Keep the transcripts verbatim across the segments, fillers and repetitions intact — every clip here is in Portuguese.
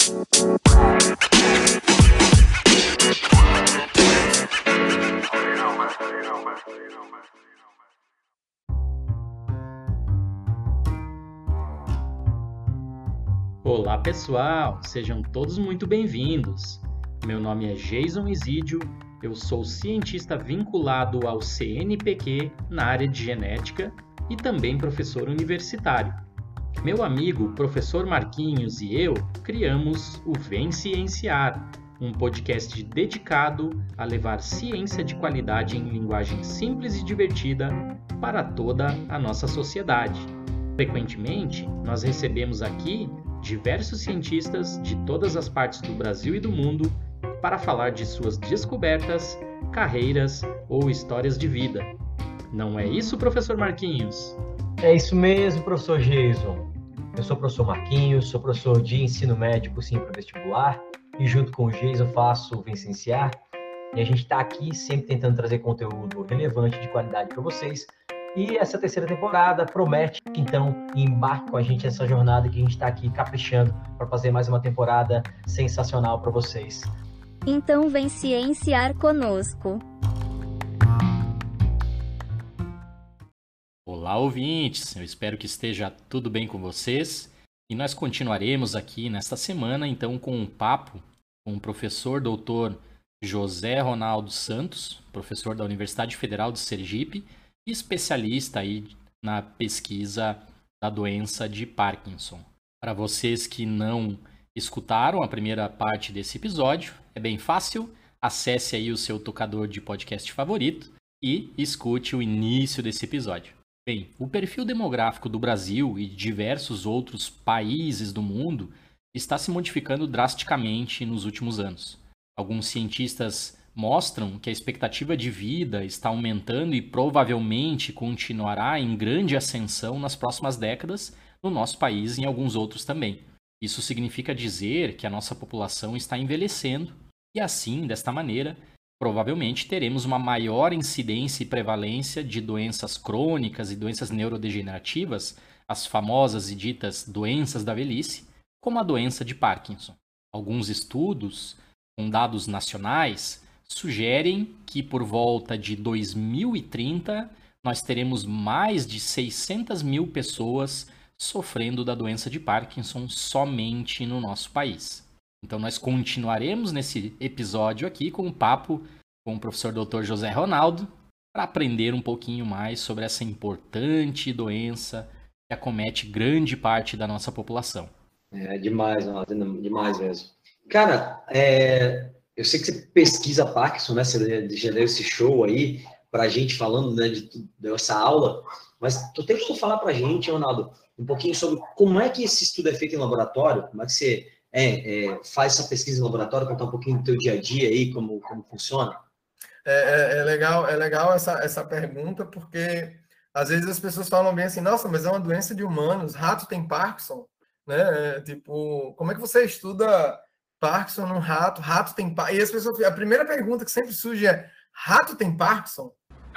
Olá pessoal, sejam todos muito bem-vindos. Meu nome é Jason Isidio, eu sou cientista vinculado ao C N Pq na área de genética e também professor universitário. Meu amigo, professor Marquinhos e eu criamos o Vem Cienciar, um podcast dedicado a levar ciência de qualidade em linguagem simples e divertida para toda a nossa sociedade. Frequentemente, nós recebemos aqui diversos cientistas de todas as partes do Brasil e do mundo para falar de suas descobertas, carreiras ou histórias de vida. Não é isso, professor Marquinhos? É isso mesmo, professor Jason. Eu sou o professor Marquinhos, sou professor de ensino médio cursinho para vestibular e junto com o Jason faço o Vem Cienciar. E a gente está aqui sempre tentando trazer conteúdo relevante de qualidade para vocês. E essa terceira temporada promete, então, embarque com a gente nessa jornada que a gente está aqui caprichando para fazer mais uma temporada sensacional para vocês. Então vem cienciar conosco. Olá, ouvintes! Eu espero que esteja tudo bem com vocês. E nós continuaremos aqui nesta semana, então, com um papo com o professor doutor José Ronaldo Santos, professor da Universidade Federal de Sergipe, especialista aí na pesquisa da doença de Parkinson. Para vocês que não escutaram a primeira parte desse episódio, é bem fácil, acesse aí o seu tocador de podcast favorito e escute o início desse episódio. Bem, o perfil demográfico do Brasil e de diversos outros países do mundo está se modificando drasticamente nos últimos anos. Alguns cientistas mostram que a expectativa de vida está aumentando e provavelmente continuará em grande ascensão nas próximas décadas no nosso país e em alguns outros também. Isso significa dizer que a nossa população está envelhecendo e assim, desta maneira, provavelmente teremos uma maior incidência e prevalência de doenças crônicas e doenças neurodegenerativas, as famosas e ditas doenças da velhice, como a doença de Parkinson. Alguns estudos, com dados nacionais, sugerem que por volta de dois mil e trinta nós teremos mais de seiscentas mil pessoas sofrendo da doença de Parkinson somente no nosso país. Então nós continuaremos nesse episódio aqui com um papo com o professor doutor José Ronaldo para aprender um pouquinho mais sobre essa importante doença que acomete grande parte da nossa população. É demais, demais mesmo. Cara, é... eu sei que você pesquisa Parkinson, né? Você já deu esse show aí para a gente falando, né, de dessa aula, mas tu tem que falar para a gente, Ronaldo, um pouquinho sobre como é que esse estudo é feito em laboratório, como é que você é, é, faz essa pesquisa em laboratório, contar um pouquinho do teu dia a dia aí, como, como funciona? É, é, é legal, é legal essa, essa pergunta, porque às vezes as pessoas falam bem assim, nossa, mas é uma doença de humanos, rato tem Parkinson, né? É, tipo, como é que você estuda Parkinson num rato, rato tem Parkinson? E as pessoas, a primeira pergunta que sempre surge é, rato tem Parkinson?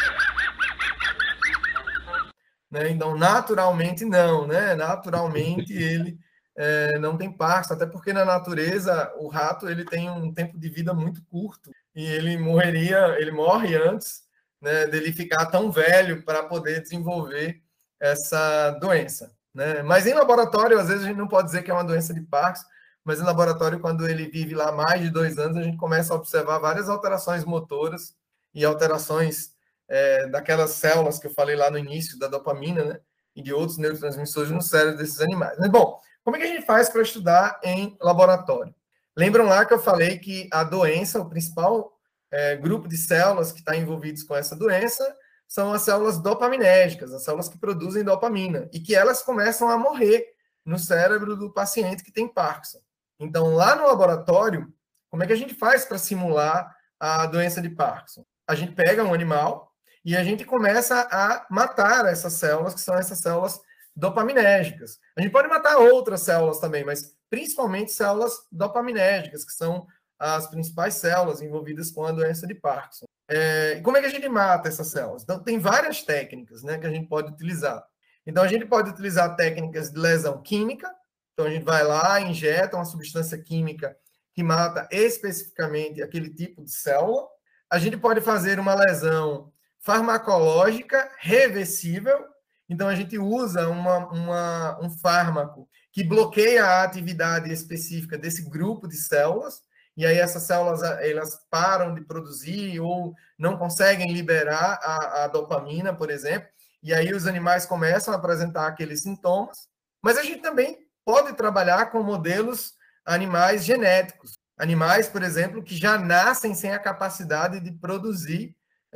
Né? Então, naturalmente não, né? Naturalmente ele é, não tem Parkinson, até porque na natureza o rato ele tem um tempo de vida muito curto e ele morreria, ele morre antes, né, dele ficar tão velho para poder desenvolver essa doença, né? Mas em laboratório, às vezes a gente não pode dizer que é uma doença de Parkinson, mas em laboratório, quando ele vive lá mais de dois anos, a gente começa a observar várias alterações motoras e alterações é, daquelas células que eu falei lá no início, da dopamina, né? E de outros neurotransmissores no cérebro desses animais. Mas, bom, como é que a gente faz para estudar em laboratório? Lembram lá que eu falei que a doença, o principal é, grupo de células que está envolvidos com essa doença são as células dopaminérgicas, as células que produzem dopamina, e que elas começam a morrer no cérebro do paciente que tem Parkinson. Então, lá no laboratório, como é que a gente faz para simular a doença de Parkinson? A gente pega um animal e a gente começa a matar essas células, que são essas células dopaminérgicas. A gente pode matar outras células também, mas principalmente células dopaminérgicas, que são as principais células envolvidas com a doença de Parkinson. É, e como é que a gente mata essas células? Então, tem várias técnicas, né, que a gente pode utilizar. Então, a gente pode utilizar técnicas de lesão química. Então, a gente vai lá, injeta uma substância química que mata especificamente aquele tipo de célula. A gente pode fazer uma lesão farmacológica reversível. Então, a gente usa uma, uma, um fármaco que bloqueia a atividade específica desse grupo de células, e aí essas células elas param de produzir ou não conseguem liberar a, a dopamina, por exemplo, e aí os animais começam a apresentar aqueles sintomas. Mas a gente também pode trabalhar com modelos animais genéticos. Animais, por exemplo, que já nascem sem a capacidade de produzir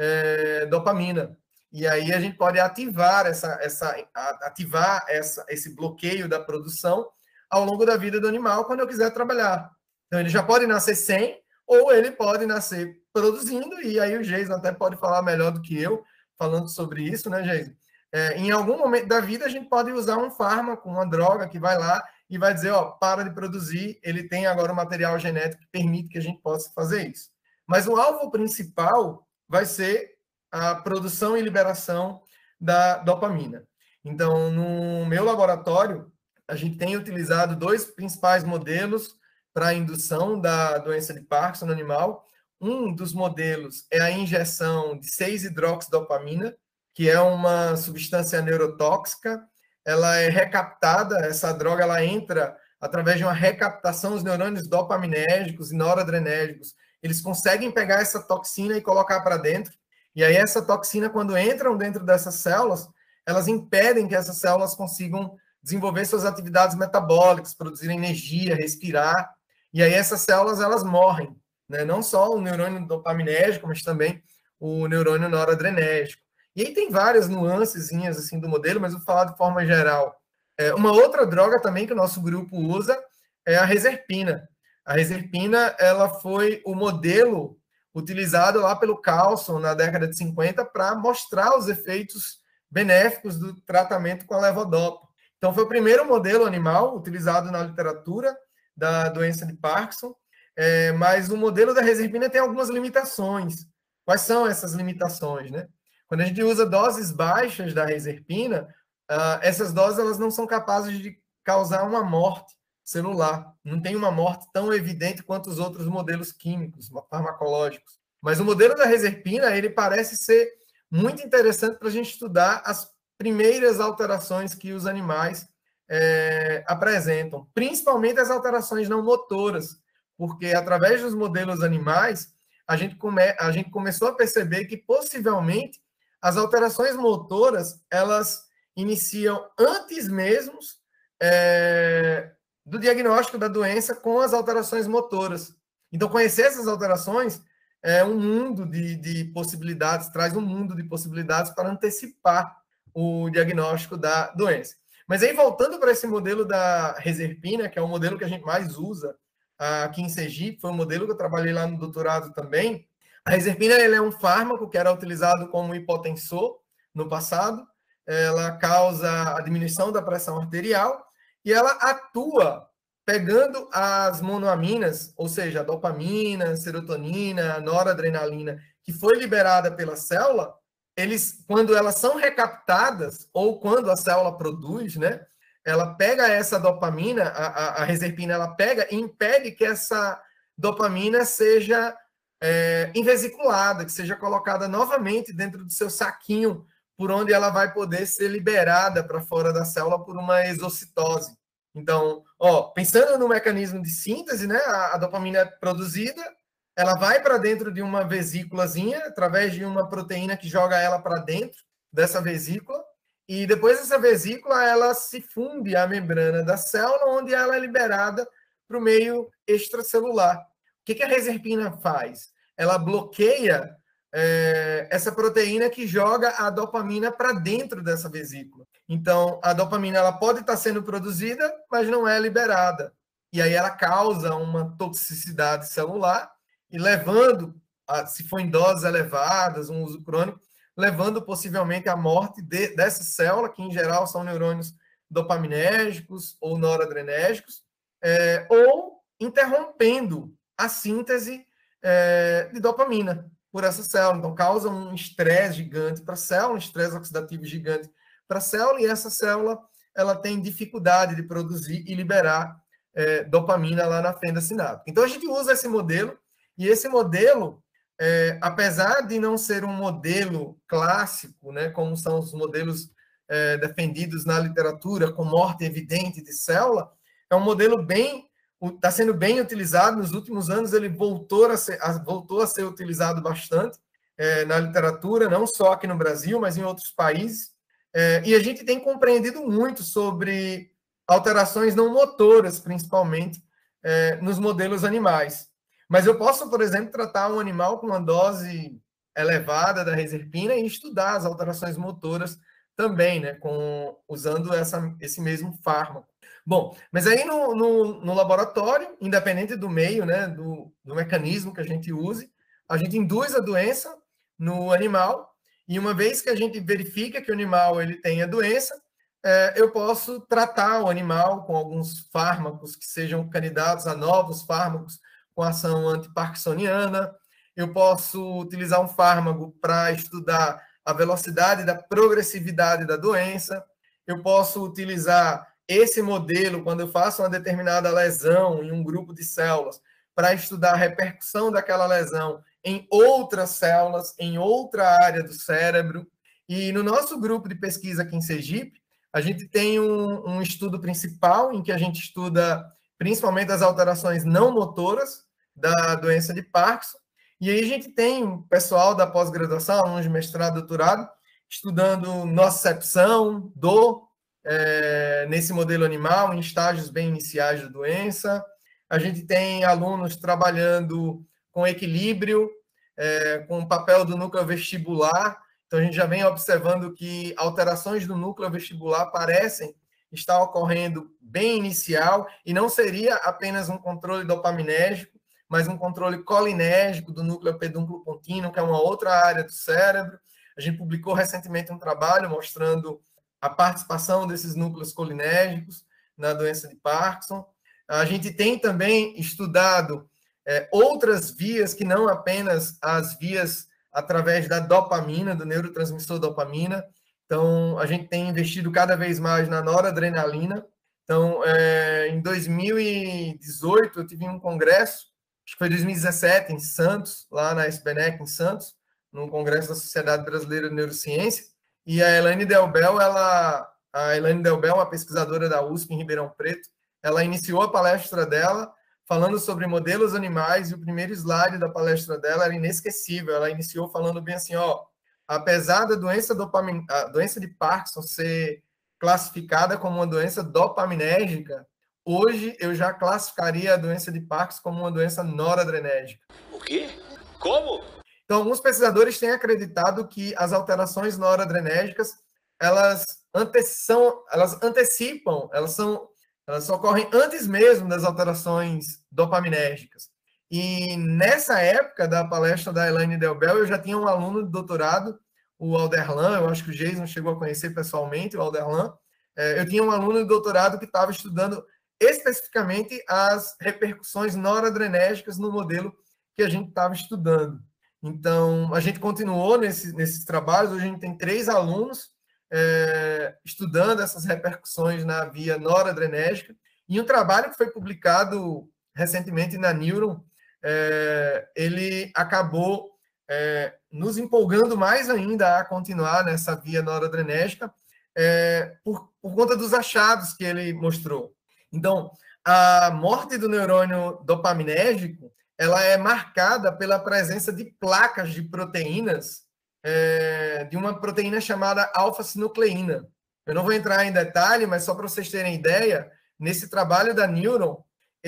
é, dopamina. E aí a gente pode ativar, essa, essa, ativar essa, esse bloqueio da produção ao longo da vida do animal quando eu quiser trabalhar. Então, ele já pode nascer sem, ou ele pode nascer produzindo, e aí o Jason até pode falar melhor do que eu, falando sobre isso, né, Jason? É, em algum momento da vida, a gente pode usar um fármaco, uma droga que vai lá e vai dizer, ó, para de produzir, ele tem agora um material genético que permite que a gente possa fazer isso. Mas o alvo principal vai ser a produção e liberação da dopamina. Então, no meu laboratório, a gente tem utilizado dois principais modelos para a indução da doença de Parkinson no animal. Um dos modelos é a injeção de seis hidroxidopamina, que é uma substância neurotóxica. Ela é recaptada, essa droga ela entra através de uma recaptação, os neurônios dopaminérgicos e noradrenérgicos, eles conseguem pegar essa toxina e colocar para dentro. E aí essa toxina, quando entram dentro dessas células, elas impedem que essas células consigam desenvolver suas atividades metabólicas, produzir energia, respirar. E aí essas células, elas morrem, né? Não só o neurônio dopaminérgico, mas também o neurônio noradrenérgico. E aí tem várias nuancezinhas assim do modelo, mas vou falar de forma geral. É, uma outra droga também que o nosso grupo usa é a reserpina. A reserpina, ela foi o modelo utilizado lá pelo Carlson na década de cinquenta para mostrar os efeitos benéficos do tratamento com a levodopa. Então, foi o primeiro modelo animal utilizado na literatura da doença de Parkinson, é, mas o modelo da reserpina tem algumas limitações. Quais são essas limitações, né? Quando a gente usa doses baixas da reserpina, uh, essas doses elas não são capazes de causar uma morte celular. Não tem uma morte tão evidente quanto os outros modelos químicos, farmacológicos. Mas o modelo da reserpina, ele parece ser muito interessante para a gente estudar as primeiras alterações que os animais é, apresentam, principalmente as alterações não motoras, porque através dos modelos animais, a gente, come, a gente começou a perceber que possivelmente as alterações motoras, elas iniciam antes mesmo é, do diagnóstico da doença com as alterações motoras. Então, conhecer essas alterações é um mundo de, de possibilidades, traz um mundo de possibilidades para antecipar o diagnóstico da doença. Mas aí, voltando para esse modelo da reserpina, que é o modelo que a gente mais usa aqui em Sergipe, foi um modelo que eu trabalhei lá no doutorado também. A reserpina ele é um fármaco que era utilizado como hipotensor no passado. Ela causa a diminuição da pressão arterial e ela atua pegando as monoaminas, ou seja, a dopamina, serotonina, noradrenalina, que foi liberada pela célula, eles, quando elas são recaptadas, ou quando a célula produz, né, ela pega essa dopamina, a, a, a reserpina, ela pega e impede que essa dopamina seja é, invesiculada, que seja colocada novamente dentro do seu saquinho, por onde ela vai poder ser liberada para fora da célula por uma exocitose. Então, ó, pensando no mecanismo de síntese, né, a, a dopamina é produzida, ela vai para dentro de uma vesículazinha, através de uma proteína que joga ela para dentro dessa vesícula, e depois essa vesícula, ela se funde à membrana da célula, onde ela é liberada para o meio extracelular. O que, que a reserpina faz? Ela bloqueia é, essa proteína que joga a dopamina para dentro dessa vesícula. Então, a dopamina ela pode estar sendo produzida, mas não é liberada. E aí ela causa uma toxicidade celular, e levando, a, se for em doses elevadas, um uso crônico, levando possivelmente à morte de, dessa célula, que em geral são neurônios dopaminérgicos ou noradrenérgicos, é, ou interrompendo a síntese é, de dopamina por essa célula. Então, causa um estresse gigante para a célula, um estresse oxidativo gigante para a célula, e essa célula ela tem dificuldade de produzir e liberar é, dopamina lá na fenda sináptica. Então, a gente usa esse modelo, e esse modelo, é, apesar de não ser um modelo clássico, né, como são os modelos é, defendidos na literatura, com morte evidente de célula, é um modelo bem, está sendo bem utilizado. Nos últimos anos, ele voltou a ser, voltou a ser utilizado bastante é, na literatura, não só aqui no Brasil, mas em outros países. É, e a gente tem compreendido muito sobre alterações não motoras, principalmente, é, nos modelos animais. Mas eu posso, por exemplo, tratar um animal com uma dose elevada da reserpina e estudar as alterações motoras também, né, com, usando essa, esse mesmo fármaco. Bom, mas aí no, no, no laboratório, independente do meio, né, do, do mecanismo que a gente use, a gente induz a doença no animal, e uma vez que a gente verifica que o animal ele tem a doença, é, eu posso tratar o animal com alguns fármacos que sejam candidatos a novos fármacos com ação antiparkinsoniana. Eu posso utilizar um fármaco para estudar a velocidade da progressividade da doença. Eu posso utilizar esse modelo quando eu faço uma determinada lesão em um grupo de células para estudar a repercussão daquela lesão em outras células, em outra área do cérebro. E no nosso grupo de pesquisa aqui em Sergipe, a gente tem um, um estudo principal em que a gente estuda principalmente as alterações não motoras da doença de Parkinson. E aí a gente tem o pessoal da pós-graduação, alunos de mestrado, doutorado, estudando nocicepção, dor, é, nesse modelo animal, em estágios bem iniciais da doença. A gente tem alunos trabalhando com equilíbrio, é, com o papel do núcleo vestibular. Então, a gente já vem observando que alterações do núcleo vestibular parecem estar ocorrendo bem inicial, e não seria apenas um controle dopaminérgico, mas um controle colinérgico do núcleo pedúnculo contínuo, que é uma outra área do cérebro. A gente publicou recentemente um trabalho mostrando a participação desses núcleos colinérgicos na doença de Parkinson. A gente tem também estudado é, outras vias que não apenas as vias através da dopamina, do neurotransmissor dopamina. Então, a gente tem investido cada vez mais na noradrenalina. Então, é, em dois mil e dezoito, eu tive um congresso, acho que foi dois mil e dezessete, em Santos, lá na S B N E C, em Santos, no Congresso da Sociedade Brasileira de Neurociência, e a Elaine Delbel, ela, a Elaine Delbel, uma pesquisadora da U S P em Ribeirão Preto, ela iniciou a palestra dela falando sobre modelos animais, e o primeiro slide da palestra dela era inesquecível. Ela iniciou falando bem assim, ó, apesar da doença, dopamin... a doença de Parkinson ser classificada como uma doença dopaminérgica, hoje eu já classificaria a doença de Parkinson como uma doença noradrenérgica. O quê? Como? Então, alguns pesquisadores têm acreditado que as alterações noradrenérgicas, elas, ante... são... elas antecipam, elas são elas ocorrem antes mesmo das alterações dopaminérgicas. E nessa época da palestra da Elaine Delbel, eu já tinha um aluno de doutorado, o Alderlan, eu acho que o Jason chegou a conhecer pessoalmente, o Alderlan. Eu tinha um aluno de doutorado que estava estudando especificamente as repercussões noradrenérgicas no modelo que a gente estava estudando. Então, a gente continuou nesse, nesses trabalhos. Hoje a gente tem três alunos É, estudando essas repercussões na via noradrenérgica, e um trabalho que foi publicado recentemente na Neuron, é, ele acabou é, nos empolgando mais ainda a continuar nessa via noradrenérgica, é, por, por conta dos achados que ele mostrou. Então, a morte do neurônio dopaminérgico, ela é marcada pela presença de placas de proteínas, É, de uma proteína chamada alfa-sinucleína. Eu não vou entrar em detalhe, mas só para vocês terem ideia, nesse trabalho da Neuron,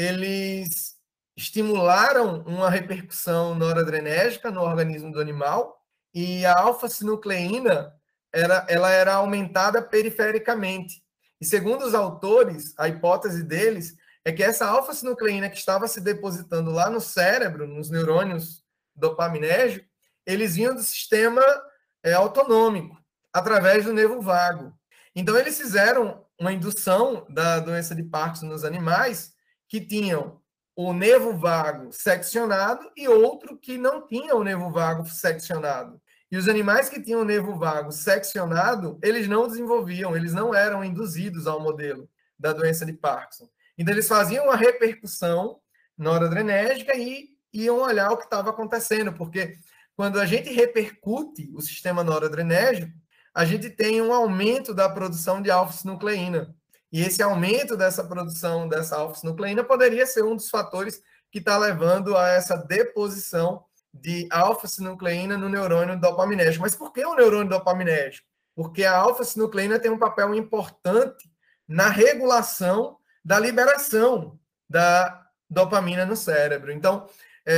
eles estimularam uma repercussão noradrenérgica no organismo do animal, e a alfa-sinucleína era, ela era aumentada perifericamente. E segundo os autores, a hipótese deles é que essa alfa-sinucleína que estava se depositando lá no cérebro, nos neurônios dopaminérgicos, eles vinham do sistema é, autonômico, através do nervo vago. Então, eles fizeram uma indução da doença de Parkinson nos animais que tinham o nervo vago seccionado e outro que não tinha o nervo vago seccionado. E os animais que tinham o nervo vago seccionado, eles não desenvolviam, eles não eram induzidos ao modelo da doença de Parkinson. Então, eles faziam uma repercussão noradrenérgica e iam olhar o que estava acontecendo, porque quando a gente repercute o sistema noradrenérgico, a gente tem um aumento da produção de alfa-sinucleína. E esse aumento dessa produção dessa alfa-sinucleína poderia ser um dos fatores que está levando a essa deposição de alfa-sinucleína no neurônio dopaminérgico. Mas por que o neurônio dopaminérgico? Porque a alfa-sinucleína tem um papel importante na regulação da liberação da dopamina no cérebro. Então,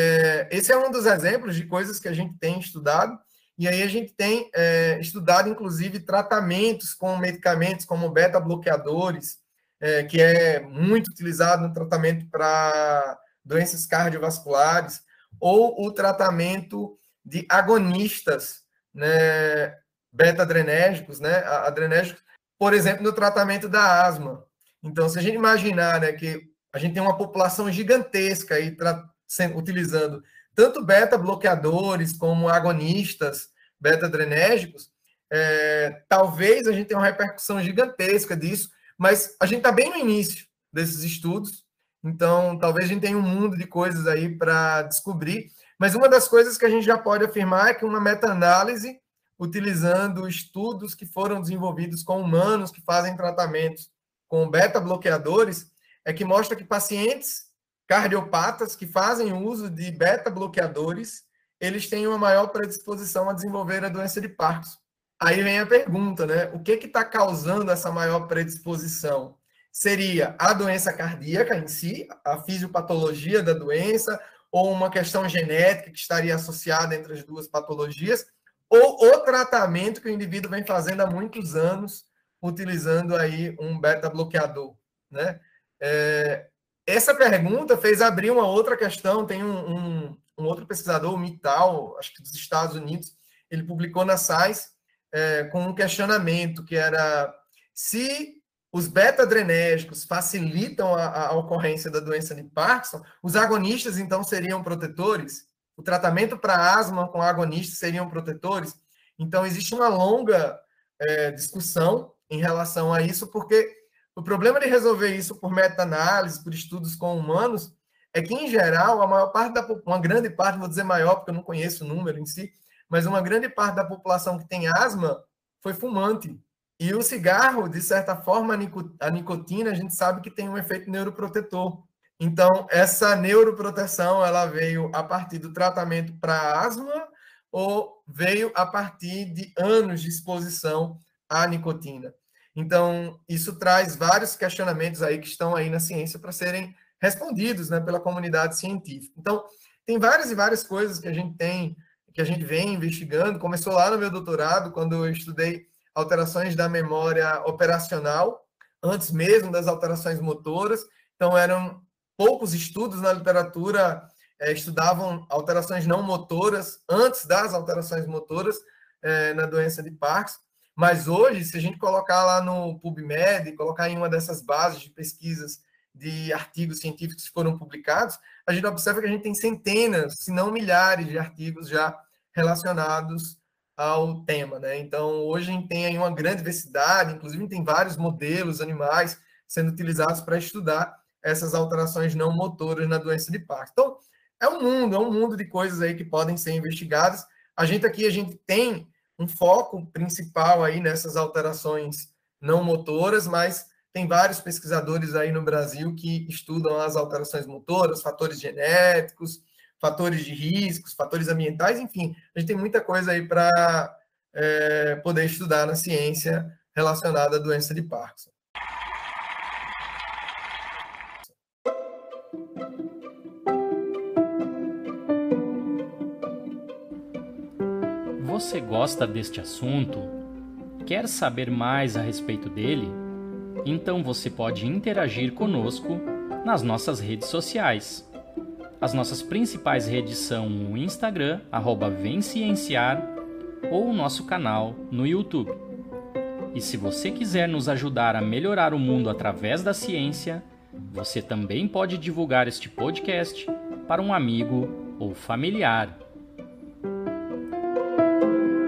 é, esse é um dos exemplos de coisas que a gente tem estudado, e aí a gente tem é, estudado, inclusive, tratamentos com medicamentos como beta-bloqueadores, é, que é muito utilizado no tratamento para doenças cardiovasculares, ou o tratamento de agonistas, né, beta-adrenérgicos, né, adrenérgicos, por exemplo, no tratamento da asma. Então, se a gente imaginar, né, que a gente tem uma população gigantesca aí utilizando tanto beta-bloqueadores como agonistas beta-adrenérgicos, é, talvez a gente tenha uma repercussão gigantesca disso, mas a gente está bem no início desses estudos, então talvez a gente tenha um mundo de coisas aí para descobrir, mas uma das coisas que a gente já pode afirmar é que uma meta-análise utilizando estudos que foram desenvolvidos com humanos que fazem tratamentos com beta-bloqueadores, é que mostra que pacientes cardiopatas que fazem uso de beta-bloqueadores, eles têm uma maior predisposição a desenvolver a doença de Parkinson. Aí vem a pergunta, né? O que está causando essa maior predisposição? Seria a doença cardíaca em si, a fisiopatologia da doença, ou uma questão genética que estaria associada entre as duas patologias, ou o tratamento que o indivíduo vem fazendo há muitos anos, utilizando aí um beta-bloqueador, né? É, essa pergunta fez abrir uma outra questão. Tem um, um, um outro pesquisador, o Mittal, acho que dos Estados Unidos, ele publicou na Science é, com um questionamento que era se os beta-adrenérgicos facilitam a, a ocorrência da doença de Parkinson, os agonistas, então, seriam protetores? O tratamento para asma com agonistas seriam protetores? Então, existe uma longa é, discussão em relação a isso, porque o problema de resolver isso por meta-análise, por estudos com humanos, é que, em geral, a maior parte da uma grande parte, não vou dizer maior, porque eu não conheço o número em si, mas uma grande parte da população que tem asma foi fumante. E o cigarro, de certa forma, a nicotina, a gente sabe que tem um efeito neuroprotetor. Então, essa neuroproteção, ela veio a partir do tratamento para asma ou veio a partir de anos de exposição à nicotina? Então, isso traz vários questionamentos aí que estão aí na ciência para serem respondidos, né, pela comunidade científica. Então, tem várias e várias coisas que a gente tem, que a gente vem investigando. Começou lá no meu doutorado, quando eu estudei alterações da memória operacional, antes mesmo das alterações motoras. Então, eram poucos estudos na literatura, eh, estudavam alterações não motoras antes das alterações motoras eh, na doença de Parkinson. Mas hoje, se a gente colocar lá no PubMed, colocar em uma dessas bases de pesquisas de artigos científicos que foram publicados, a gente observa que a gente tem centenas, se não milhares de artigos já relacionados ao tema, né? Então, hoje a gente tem aí uma grande diversidade, inclusive tem vários modelos animais sendo utilizados para estudar essas alterações não motoras na doença de Parkinson. Então, é um mundo, é um mundo de coisas aí que podem ser investigadas. A gente aqui, a gente tem um foco principal aí nessas alterações não motoras, mas tem vários pesquisadores aí no Brasil que estudam as alterações motoras, fatores genéticos, fatores de riscos, fatores ambientais, enfim, a gente tem muita coisa aí para é, poder estudar na ciência relacionada à doença de Parkinson. Você gosta deste assunto? Quer saber mais a respeito dele? Então você pode interagir conosco nas nossas redes sociais. As nossas principais redes são o Instagram, arroba Vem Cienciar, ou o nosso canal no YouTube. E se você quiser nos ajudar a melhorar o mundo através da ciência, você também pode divulgar este podcast para um amigo ou familiar.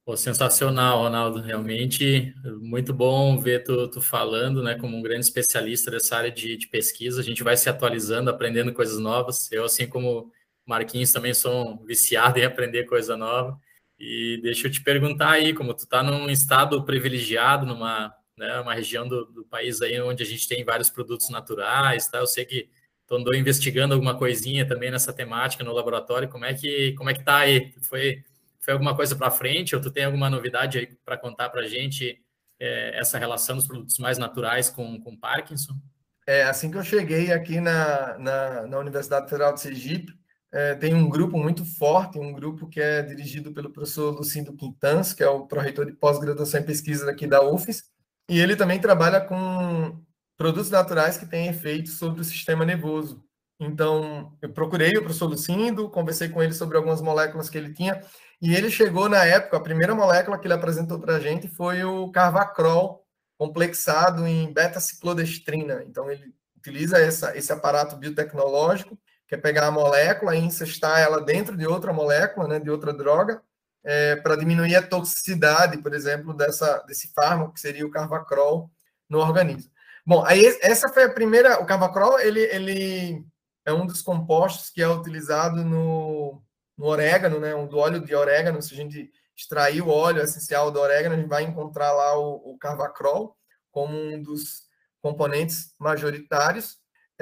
Pô, sensacional, Ronaldo. Realmente muito bom ver tu, tu falando, né, como um grande especialista dessa área de, de pesquisa. A gente vai se atualizando, aprendendo coisas novas. Eu, assim como Marquinhos, também sou um viciado em aprender coisa nova. E deixa eu te perguntar aí, como tu está num estado privilegiado, numa, né, uma região do, do país aí onde a gente tem vários produtos naturais, tá? Eu sei que tu andou investigando alguma coisinha também nessa temática no laboratório. Como é que, como é que tá aí? Foi Foi alguma coisa para frente, ou tu tem alguma novidade aí para contar para a gente, é, essa relação dos produtos mais naturais com, com Parkinson? É, assim que eu cheguei aqui na, na, na Universidade Federal de Sergipe, é, tem um grupo muito forte, um grupo que é dirigido pelo professor Lucindo Quintans, que é o pró-reitor de pós-graduação em pesquisa daqui da U F E S, e ele também trabalha com produtos naturais que têm efeito sobre o sistema nervoso. Então, eu procurei o professor Lucindo, conversei com ele sobre algumas moléculas que ele tinha, e ele chegou na época, a primeira molécula que ele apresentou para a gente foi o Carvacrol, complexado em beta-ciclodestrina. Então, ele utiliza essa, esse aparato biotecnológico, que é pegar a molécula e incestar ela dentro de outra molécula, né, de outra droga, é, para diminuir a toxicidade, por exemplo, dessa, desse fármaco, que seria o Carvacrol, no organismo. Bom, aí essa foi a primeira... O Carvacrol, ele, ele é um dos compostos que é utilizado no, no orégano, né, do óleo de orégano. Se a gente extrair o óleo essencial do orégano, a gente vai encontrar lá o, o Carvacrol como um dos componentes majoritários.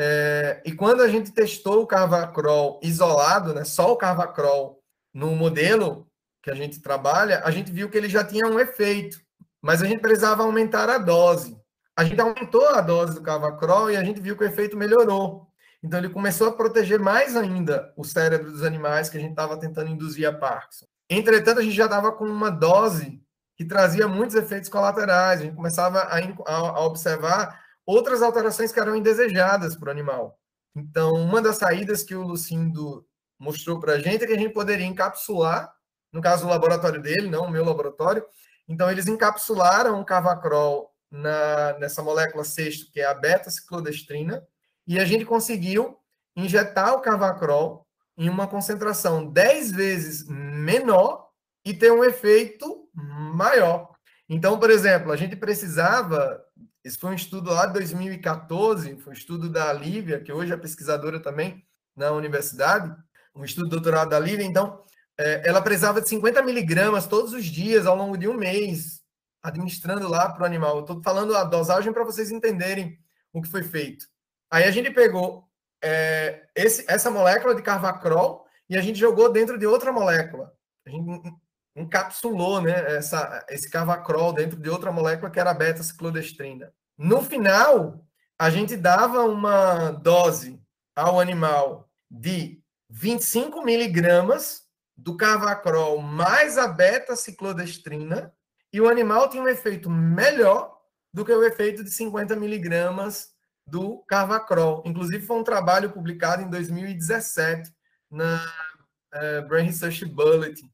É, e quando a gente testou o Carvacrol isolado, né, só o Carvacrol no modelo que a gente trabalha, a gente viu que ele já tinha um efeito, mas a gente precisava aumentar a dose. A gente aumentou a dose do Carvacrol e a gente viu que o efeito melhorou. Então, ele começou a proteger mais ainda o cérebro dos animais que a gente estava tentando induzir a Parkinson. Entretanto, a gente já estava com uma dose que trazia muitos efeitos colaterais. A gente começava a, a observar outras alterações que eram indesejadas para o animal. Então, uma das saídas que o Lucindo mostrou para a gente é que a gente poderia encapsular, no caso do laboratório dele, não o meu laboratório. Então, eles encapsularam o Carvacrol na, nessa molécula sexto, que é a beta-ciclodestrina, e a gente conseguiu injetar o Carvacrol em uma concentração dez vezes menor e ter um efeito maior. Então, por exemplo, a gente precisava... Esse foi um estudo lá de dois mil e quatorze, foi um estudo da Lívia, que hoje é pesquisadora também na universidade, um estudo de doutorado da Lívia. Então, ela precisava de cinquenta miligramas todos os dias, ao longo de um mês, administrando lá para o animal. Eu estou falando a dosagem para vocês entenderem o que foi feito. Aí a gente pegou é, esse, essa molécula de Carvacrol e a gente jogou dentro de outra molécula. A gente encapsulou, né, essa, esse Carvacrol dentro de outra molécula que era a beta-ciclodestrina. No final, a gente dava uma dose ao animal de vinte e cinco miligramas do Carvacrol mais a beta-ciclodestrina e o animal tinha um efeito melhor do que o efeito de cinquenta miligramas do Carvacrol. Inclusive, foi um trabalho publicado em dois mil e dezessete na uh, Brain Research Bulletin,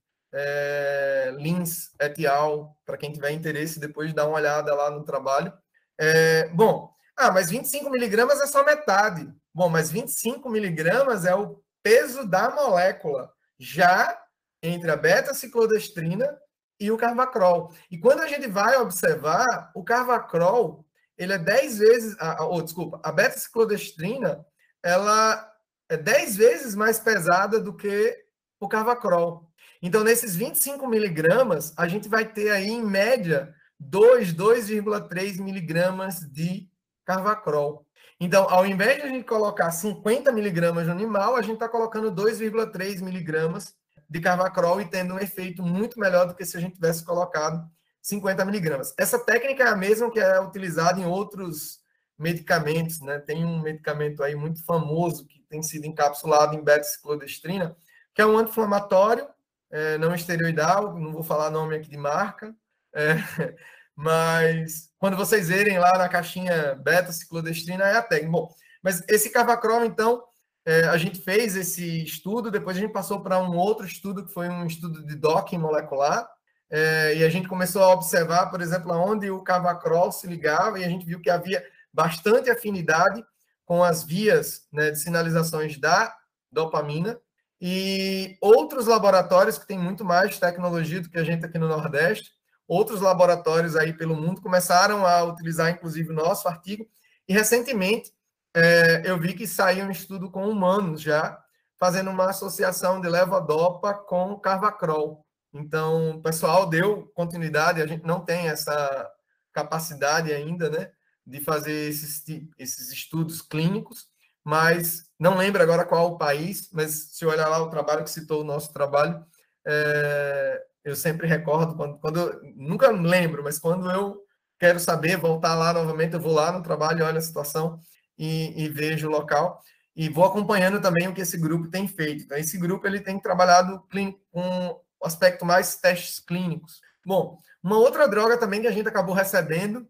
é, Lins et al., para quem tiver interesse, depois dá uma olhada lá no trabalho. É, bom, ah, mas vinte e cinco miligramas é só metade. Bom, mas vinte e cinco miligramas é o peso da molécula, já entre a beta-ciclodestrina e o Carvacrol. E quando a gente vai observar, o Carvacrol, ele é dez vezes... Ah, oh, desculpa, a beta-ciclodestrina, ela é dez vezes mais pesada do que o Carvacrol. Então, nesses vinte e cinco miligramas, a gente vai ter aí, em média, dois, dois vírgula três miligramas de Carvacrol. Então, ao invés de a gente colocar cinquenta miligramas no animal, a gente está colocando dois vírgula três miligramas de Carvacrol e tendo um efeito muito melhor do que se a gente tivesse colocado cinquenta miligramas. Essa técnica é a mesma que é utilizada em outros medicamentos, né? Tem um medicamento aí muito famoso que tem sido encapsulado em beta-ciclodestrina, que é um anti-inflamatório, é, não esteroidal, não vou falar nome aqui de marca, é, mas quando vocês verem lá na caixinha beta-ciclodestrina é a técnica. Bom, mas esse Carvacrol, então, é, a gente fez esse estudo, depois a gente passou para um outro estudo, que foi um estudo de docking molecular, é, e a gente começou a observar, por exemplo, onde o Carvacrol se ligava, e a gente viu que havia bastante afinidade com as vias, né, de sinalizações da dopamina, e outros laboratórios que têm muito mais tecnologia do que a gente aqui no Nordeste, outros laboratórios aí pelo mundo começaram a utilizar, inclusive, o nosso artigo, e recentemente é, eu vi que saiu um estudo com humanos já, fazendo uma associação de levodopa com carvacrol. Então, o pessoal deu continuidade, a gente não tem essa capacidade ainda, né, de fazer esses, esses estudos clínicos, mas não lembro agora qual o país, mas se olhar lá o trabalho que citou o nosso trabalho, é, eu sempre recordo, quando, quando eu, nunca lembro, mas quando eu quero saber, voltar lá novamente, eu vou lá no trabalho, olho a situação e, e vejo o local, e vou acompanhando também o que esse grupo tem feito. Então, esse grupo ele tem trabalhado clínico, com o aspecto mais testes clínicos. Bom, uma outra droga também que a gente acabou recebendo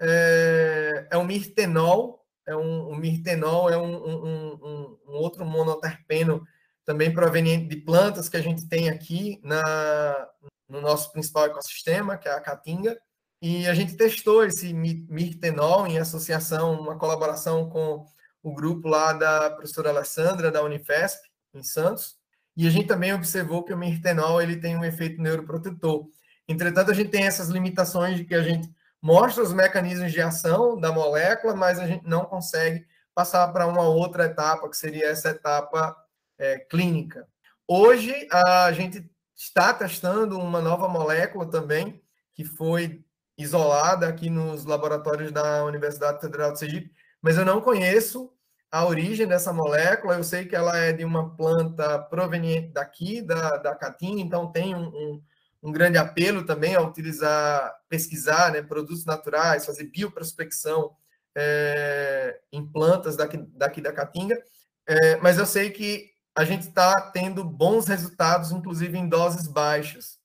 é, é o mirtenol. É um, o mirtenol é um, um, um, um outro monoterpeno também proveniente de plantas que a gente tem aqui na, no nosso principal ecossistema, que é a caatinga. E a gente testou esse mirtenol em associação, uma colaboração com o grupo lá da professora Alessandra, da Unifesp, em Santos. E a gente também observou que o mirtenol ele tem um efeito neuroprotetor. Entretanto, a gente tem essas limitações de que a gente mostra os mecanismos de ação da molécula, mas a gente não consegue passar para uma outra etapa, que seria essa etapa é, clínica. Hoje, a gente está testando uma nova molécula também, que foi isolada aqui nos laboratórios da Universidade Federal de Sergipe, mas eu não conheço a origem dessa molécula. Eu sei que ela é de uma planta proveniente daqui, da, da caatinga, então tem um, um um grande apelo também a utilizar, pesquisar, né, produtos naturais, fazer bioprospecção é, em plantas daqui, daqui da caatinga, é, mas eu sei que a gente está tendo bons resultados, inclusive em doses baixas,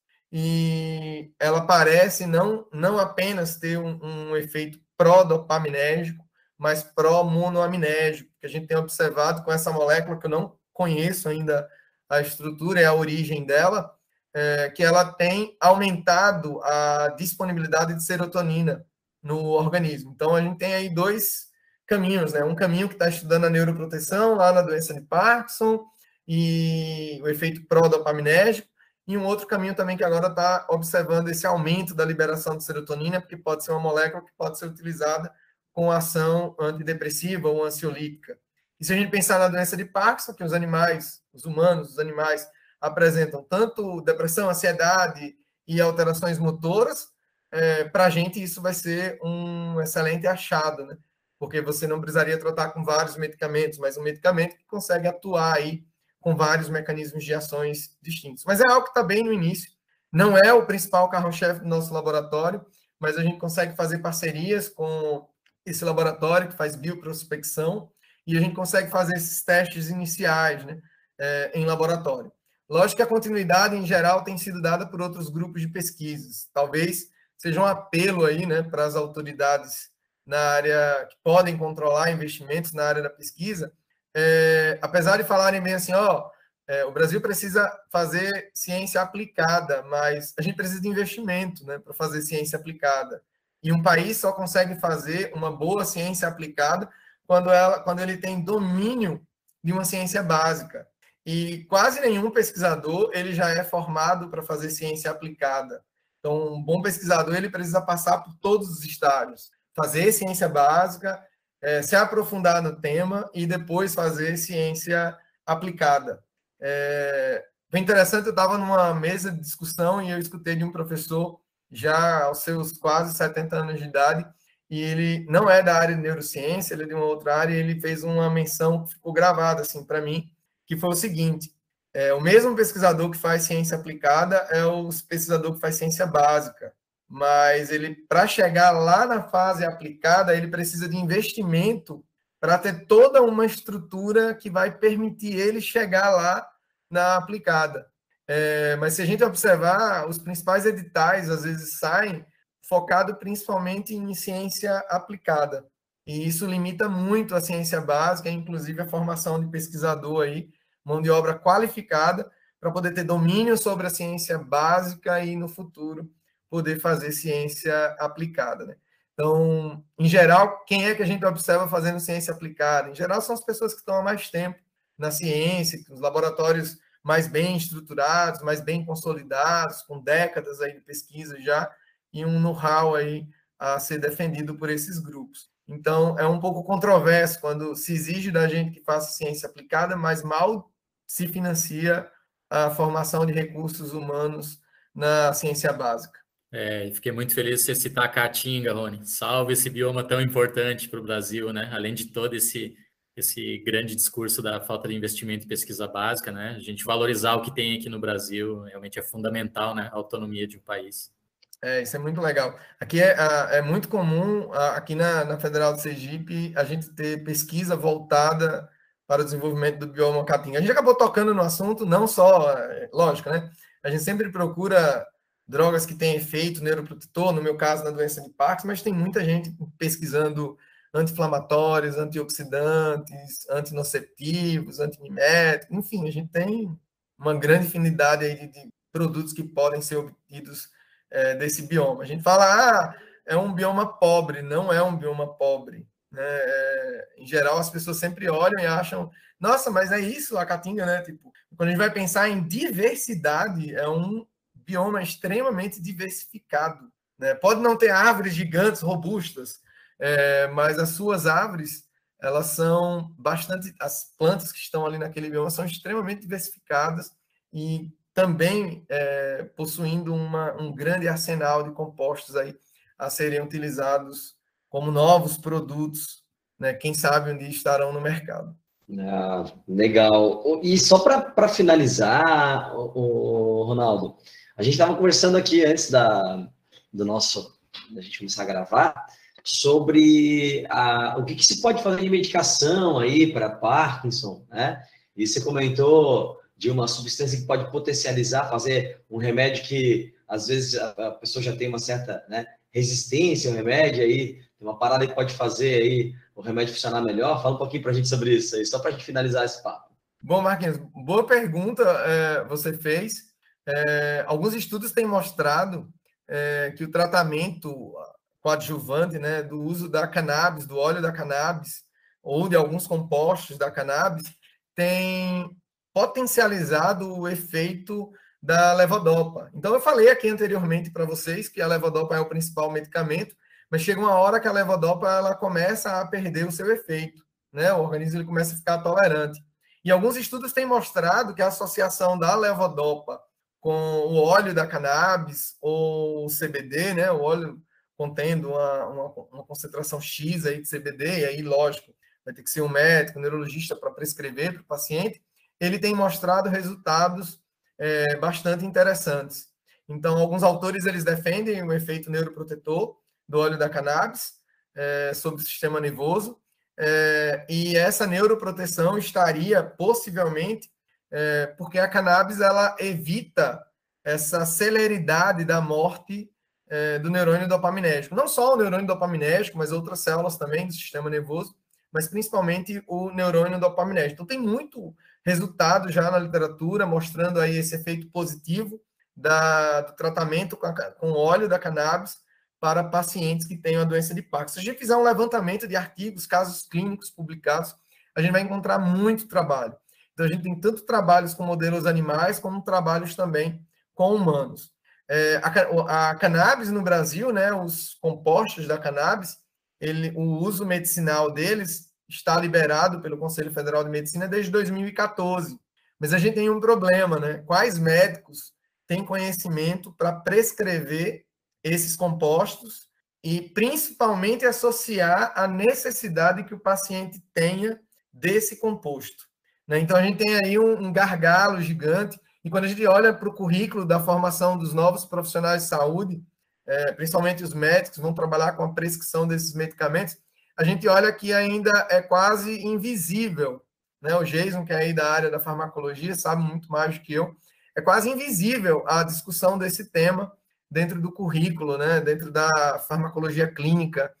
e ela parece não, não apenas ter um, um efeito pró-dopaminérgico, mas pró-monoaminérgico, que a gente tem observado com essa molécula, que eu não conheço ainda a estrutura e a origem dela, É, que ela tem aumentado a disponibilidade de serotonina no organismo. Então, a gente tem aí dois caminhos, né? Um caminho que está estudando a neuroproteção lá na doença de Parkinson e o efeito pró-dopaminérgico, e um outro caminho também que agora está observando esse aumento da liberação de serotonina, porque pode ser uma molécula que pode ser utilizada com ação antidepressiva ou ansiolítica. E se a gente pensar na doença de Parkinson, que os animais, os humanos, os animais, apresentam tanto depressão, ansiedade e alterações motoras, é, para a gente isso vai ser um excelente achado, né? Porque você não precisaria tratar com vários medicamentos, mas um medicamento que consegue atuar aí com vários mecanismos de ações distintos. Mas é algo que está bem no início, não é o principal carro-chefe do nosso laboratório, mas a gente consegue fazer parcerias com esse laboratório que faz bioprospecção e a gente consegue fazer esses testes iniciais, né, é, em laboratório. Lógico que a continuidade, em geral, tem sido dada por outros grupos de pesquisas. Talvez seja um apelo aí, né, para as autoridades na área que podem controlar investimentos na área da pesquisa, é, apesar de falarem bem assim, ó, é, o Brasil precisa fazer ciência aplicada, mas a gente precisa de investimento, né, para fazer ciência aplicada. E um país só consegue fazer uma boa ciência aplicada quando, ela, quando ele tem domínio de uma ciência básica. E quase nenhum pesquisador ele já é formado para fazer ciência aplicada. Então, um bom pesquisador ele precisa passar por todos os estágios. Fazer ciência básica, é, se aprofundar no tema e depois fazer ciência aplicada. É, foi interessante, eu estava numa mesa de discussão e eu escutei de um professor já aos seus quase setenta anos de idade, e ele não é da área de neurociência, ele é de uma outra área, e ele fez uma menção que ficou gravada assim, para mim, que foi o seguinte: é, o mesmo pesquisador que faz ciência aplicada é o pesquisador que faz ciência básica, mas ele, para chegar lá na fase aplicada, ele precisa de investimento para ter toda uma estrutura que vai permitir ele chegar lá na aplicada. É, mas se a gente observar, os principais editais, às vezes, saem focado principalmente em ciência aplicada, e isso limita muito a ciência básica, inclusive a formação de pesquisador aí, mão de obra qualificada, para poder ter domínio sobre a ciência básica e, no futuro, poder fazer ciência aplicada, né? Então, em geral, quem é que a gente observa fazendo ciência aplicada? Em geral, são as pessoas que estão há mais tempo na ciência, os laboratórios mais bem estruturados, mais bem consolidados, com décadas aí de pesquisa já, e um know-how aí a ser defendido por esses grupos. Então, é um pouco controverso quando se exige da gente que faça ciência aplicada, mas mal se financia a formação de recursos humanos na ciência básica. É, fiquei muito feliz de você citar a Caatinga, Rony. Salve esse bioma tão importante para o Brasil, né? Além de todo esse, esse grande discurso da falta de investimento em pesquisa básica, né? A gente valorizar o que tem aqui no Brasil realmente é fundamental, né? A autonomia de um país. É, isso é muito legal. Aqui é, é muito comum, aqui na, na Federal de Sergipe, a gente ter pesquisa voltada para o desenvolvimento do bioma Caatinga. A gente acabou tocando no assunto, não só, lógico, né? A gente sempre procura drogas que têm efeito neuroprotetor, no meu caso, na doença de Parkinson, mas tem muita gente pesquisando anti-inflamatórios, antioxidantes, antinociceptivos, antimiméticos, enfim, a gente tem uma grande infinidade aí de, de produtos que podem ser obtidos é, desse bioma. A gente fala, ah, é um bioma pobre, não é um bioma pobre. Né? É, em geral, as pessoas sempre olham e acham, nossa, mas é isso a Caatinga, né? Tipo, quando a gente vai pensar em diversidade, é um bioma extremamente diversificado. Né? Pode não ter árvores gigantes, robustas, é, mas as suas árvores, elas são bastante... As plantas que estão ali naquele bioma são extremamente diversificadas e também é, possuindo uma, um grande arsenal de compostos aí a serem utilizados como novos produtos, né? Quem sabe um dia estarão no mercado. Ah, legal. E só para finalizar, o, o Ronaldo, a gente estava conversando aqui antes da, do nosso, da gente começar a gravar, sobre a, o que, que se pode fazer de medicação aí para Parkinson, né? E você comentou de uma substância que pode potencializar, fazer um remédio que, às vezes, a, a pessoa já tem uma certa, né, resistência ao remédio, aí tem uma parada que pode fazer aí o remédio funcionar melhor. Fala um pouquinho para a gente sobre isso aí, só para a gente finalizar esse papo. Bom, Marquinhos, boa pergunta é, você fez. É, alguns estudos têm mostrado é, que o tratamento coadjuvante, né, do uso da cannabis, do óleo da cannabis, ou de alguns compostos da cannabis, tem potencializado o efeito da levodopa. Então, eu falei aqui anteriormente para vocês que a levodopa é o principal medicamento, mas chega uma hora que a levodopa ela começa a perder o seu efeito, né? O organismo ele começa a ficar tolerante. E alguns estudos têm mostrado que a associação da levodopa com o óleo da cannabis ou o C B D, né? O óleo contendo uma, uma, uma concentração X aí de C B D, e aí, lógico, vai ter que ser um médico, um neurologista para prescrever para o paciente, ele tem mostrado resultados é, bastante interessantes. Então, alguns autores eles defendem o efeito neuroprotetor do óleo da cannabis é, sobre o sistema nervoso, é, e essa neuroproteção estaria possivelmente é, porque a cannabis ela evita essa celeridade da morte é, do neurônio dopaminérgico. Não só o neurônio dopaminérgico, mas outras células também do sistema nervoso, mas principalmente o neurônio dopaminérgico. Então, tem muito resultado já na literatura mostrando aí esse efeito positivo da, do tratamento com, a, com óleo da cannabis para pacientes que tenham a doença de Parkinson. Se a gente fizer um levantamento de artigos, casos clínicos publicados, a gente vai encontrar muito trabalho. Então, a gente tem tanto trabalhos com modelos animais, como trabalhos também com humanos. É, a, a cannabis no Brasil, né, os compostos da cannabis, ele, o uso medicinal deles está liberado pelo Conselho Federal de Medicina desde dois mil e quatorze. Mas a gente tem um problema, né? Quais médicos têm conhecimento para prescrever esses compostos e, principalmente, associar a necessidade que o paciente tenha desse composto? Né? Então, a gente tem aí um, um gargalo gigante. E quando a gente olha para o currículo da formação dos novos profissionais de saúde, é, principalmente os médicos que vão trabalhar com a prescrição desses medicamentos, a gente olha que ainda é quase invisível, né? O Jason, que é aí da área da farmacologia, sabe muito mais do que eu, é quase invisível a discussão desse tema dentro do currículo, né? Dentro da farmacologia clínica,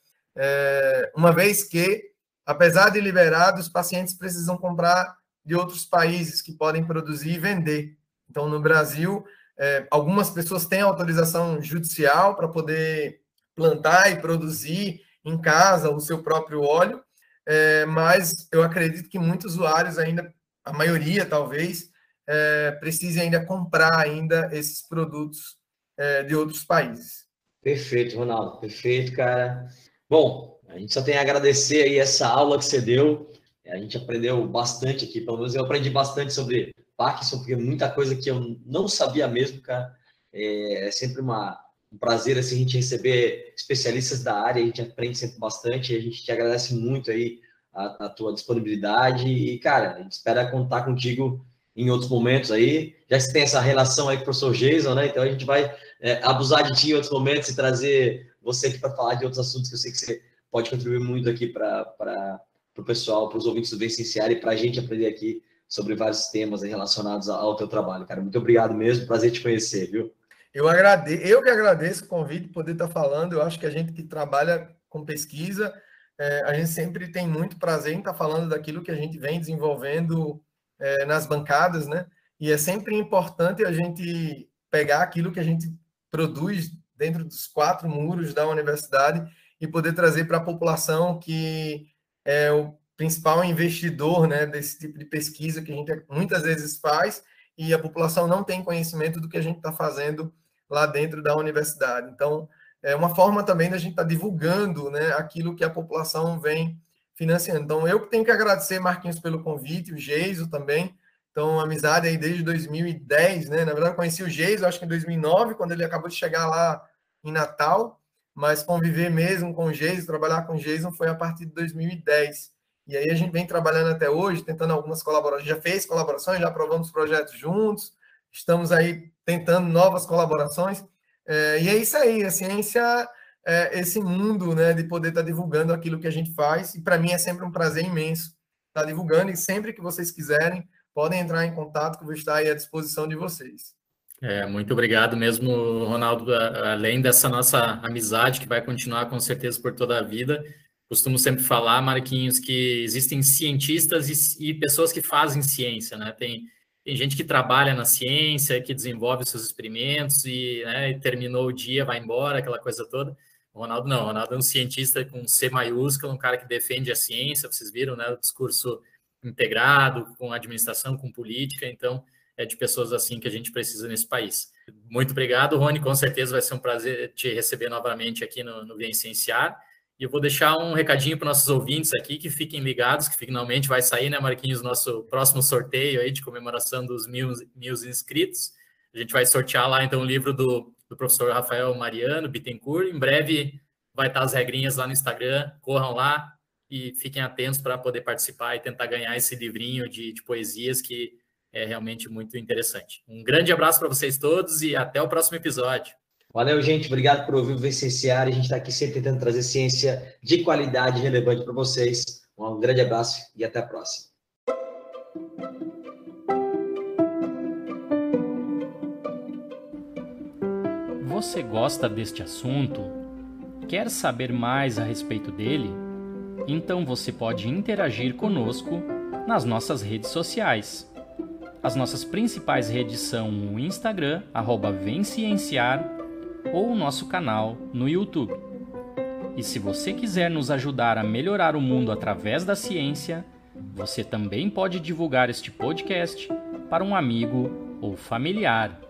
é, uma vez que, apesar de liberado, os pacientes precisam comprar de outros países que podem produzir e vender. Então, no Brasil, é, algumas pessoas têm autorização judicial para poder plantar e produzir em casa o seu próprio óleo, é, mas eu acredito que muitos usuários ainda, a maioria talvez, é, precise ainda comprar ainda esses produtos é, de outros países. Perfeito, Ronaldo, perfeito, cara. Bom, a gente só tem a agradecer aí essa aula que você deu. A gente aprendeu bastante aqui, pelo menos eu aprendi bastante sobre Parkinson, porque muita coisa que eu não sabia mesmo, cara. É sempre uma, um prazer assim, a gente receber especialistas da área, a gente aprende sempre bastante, e a gente te agradece muito aí a, a tua disponibilidade e, cara, a gente espera contar contigo em outros momentos aí, já que você tem essa relação aí com o professor Jason, né? Então a gente vai é, abusar de ti em outros momentos e trazer você aqui para falar de outros assuntos que eu sei que você pode contribuir muito aqui para o pessoal, para os ouvintes do Vicenciar e para a gente aprender aqui sobre vários temas relacionados ao teu trabalho, cara. Muito obrigado mesmo, prazer te conhecer, viu? Eu agradeço, eu que agradeço o convite, poder estar falando. Eu acho que a gente que trabalha com pesquisa, é, a gente sempre tem muito prazer em estar falando daquilo que a gente vem desenvolvendo é, nas bancadas, né? E é sempre importante a gente pegar aquilo que a gente produz dentro dos quatro muros da universidade e poder trazer para a população que é o principal investidor, né, desse tipo de pesquisa que a gente muitas vezes faz e a população não tem conhecimento do que a gente está fazendo lá dentro da universidade. Então, é uma forma também da gente estar tá divulgando, né, aquilo que a população vem financiando. Então, eu que tenho que agradecer, Marquinhos, pelo convite, o Geiso também. Então, amizade aí desde dois mil e dez, né? Na verdade, eu conheci o Geiso, acho que em dois mil e nove, quando ele acabou de chegar lá em Natal, mas conviver mesmo com o Geiso, trabalhar com o Geiso foi a partir de dois mil e dez. E aí a gente vem trabalhando até hoje, tentando algumas colaborações, já fez colaborações, já aprovamos projetos juntos, estamos aí tentando novas colaborações, é, e é isso aí, a ciência é esse mundo, né, de poder estar divulgando aquilo que a gente faz, e para mim é sempre um prazer imenso estar divulgando, e sempre que vocês quiserem, podem entrar em contato, que eu vou estar aí à disposição de vocês. É, muito obrigado mesmo, Ronaldo, além dessa nossa amizade, que vai continuar com certeza por toda a vida. Costumo sempre falar, Marquinhos, que existem cientistas e, e pessoas que fazem ciência, né? Tem, tem gente que trabalha na ciência, que desenvolve seus experimentos e, né, e terminou o dia, vai embora, aquela coisa toda. O Ronaldo não, o Ronaldo é um cientista com C maiúsculo, um cara que defende a ciência, vocês viram, né? O discurso integrado, com administração, com política, então é de pessoas assim que a gente precisa nesse país. Muito obrigado, Rony, com certeza vai ser um prazer te receber novamente aqui no, no Vicenciar. E eu vou deixar um recadinho para nossos ouvintes aqui, que fiquem ligados, que finalmente vai sair, né, Marquinhos, nosso próximo sorteio aí de comemoração dos mil, mil inscritos. A gente vai sortear lá, então, o livro do, do professor Rafael Mariano Bittencourt. Em breve vai estar as regrinhas lá no Instagram, corram lá e fiquem atentos para poder participar e tentar ganhar esse livrinho de, de poesias que é realmente muito interessante. Um grande abraço para vocês todos e até o próximo episódio. Valeu, gente. Obrigado por ouvir o Vicenciar. A gente está aqui sempre tentando trazer ciência de qualidade e relevante para vocês. Um grande abraço e até a próxima. Você gosta deste assunto? Quer saber mais a respeito dele? Então você pode interagir conosco nas nossas redes sociais. As nossas principais redes são o Instagram, arroba Vencienciar, ou o nosso canal no YouTube. E se você quiser nos ajudar a melhorar o mundo através da ciência, você também pode divulgar este podcast para um amigo ou familiar.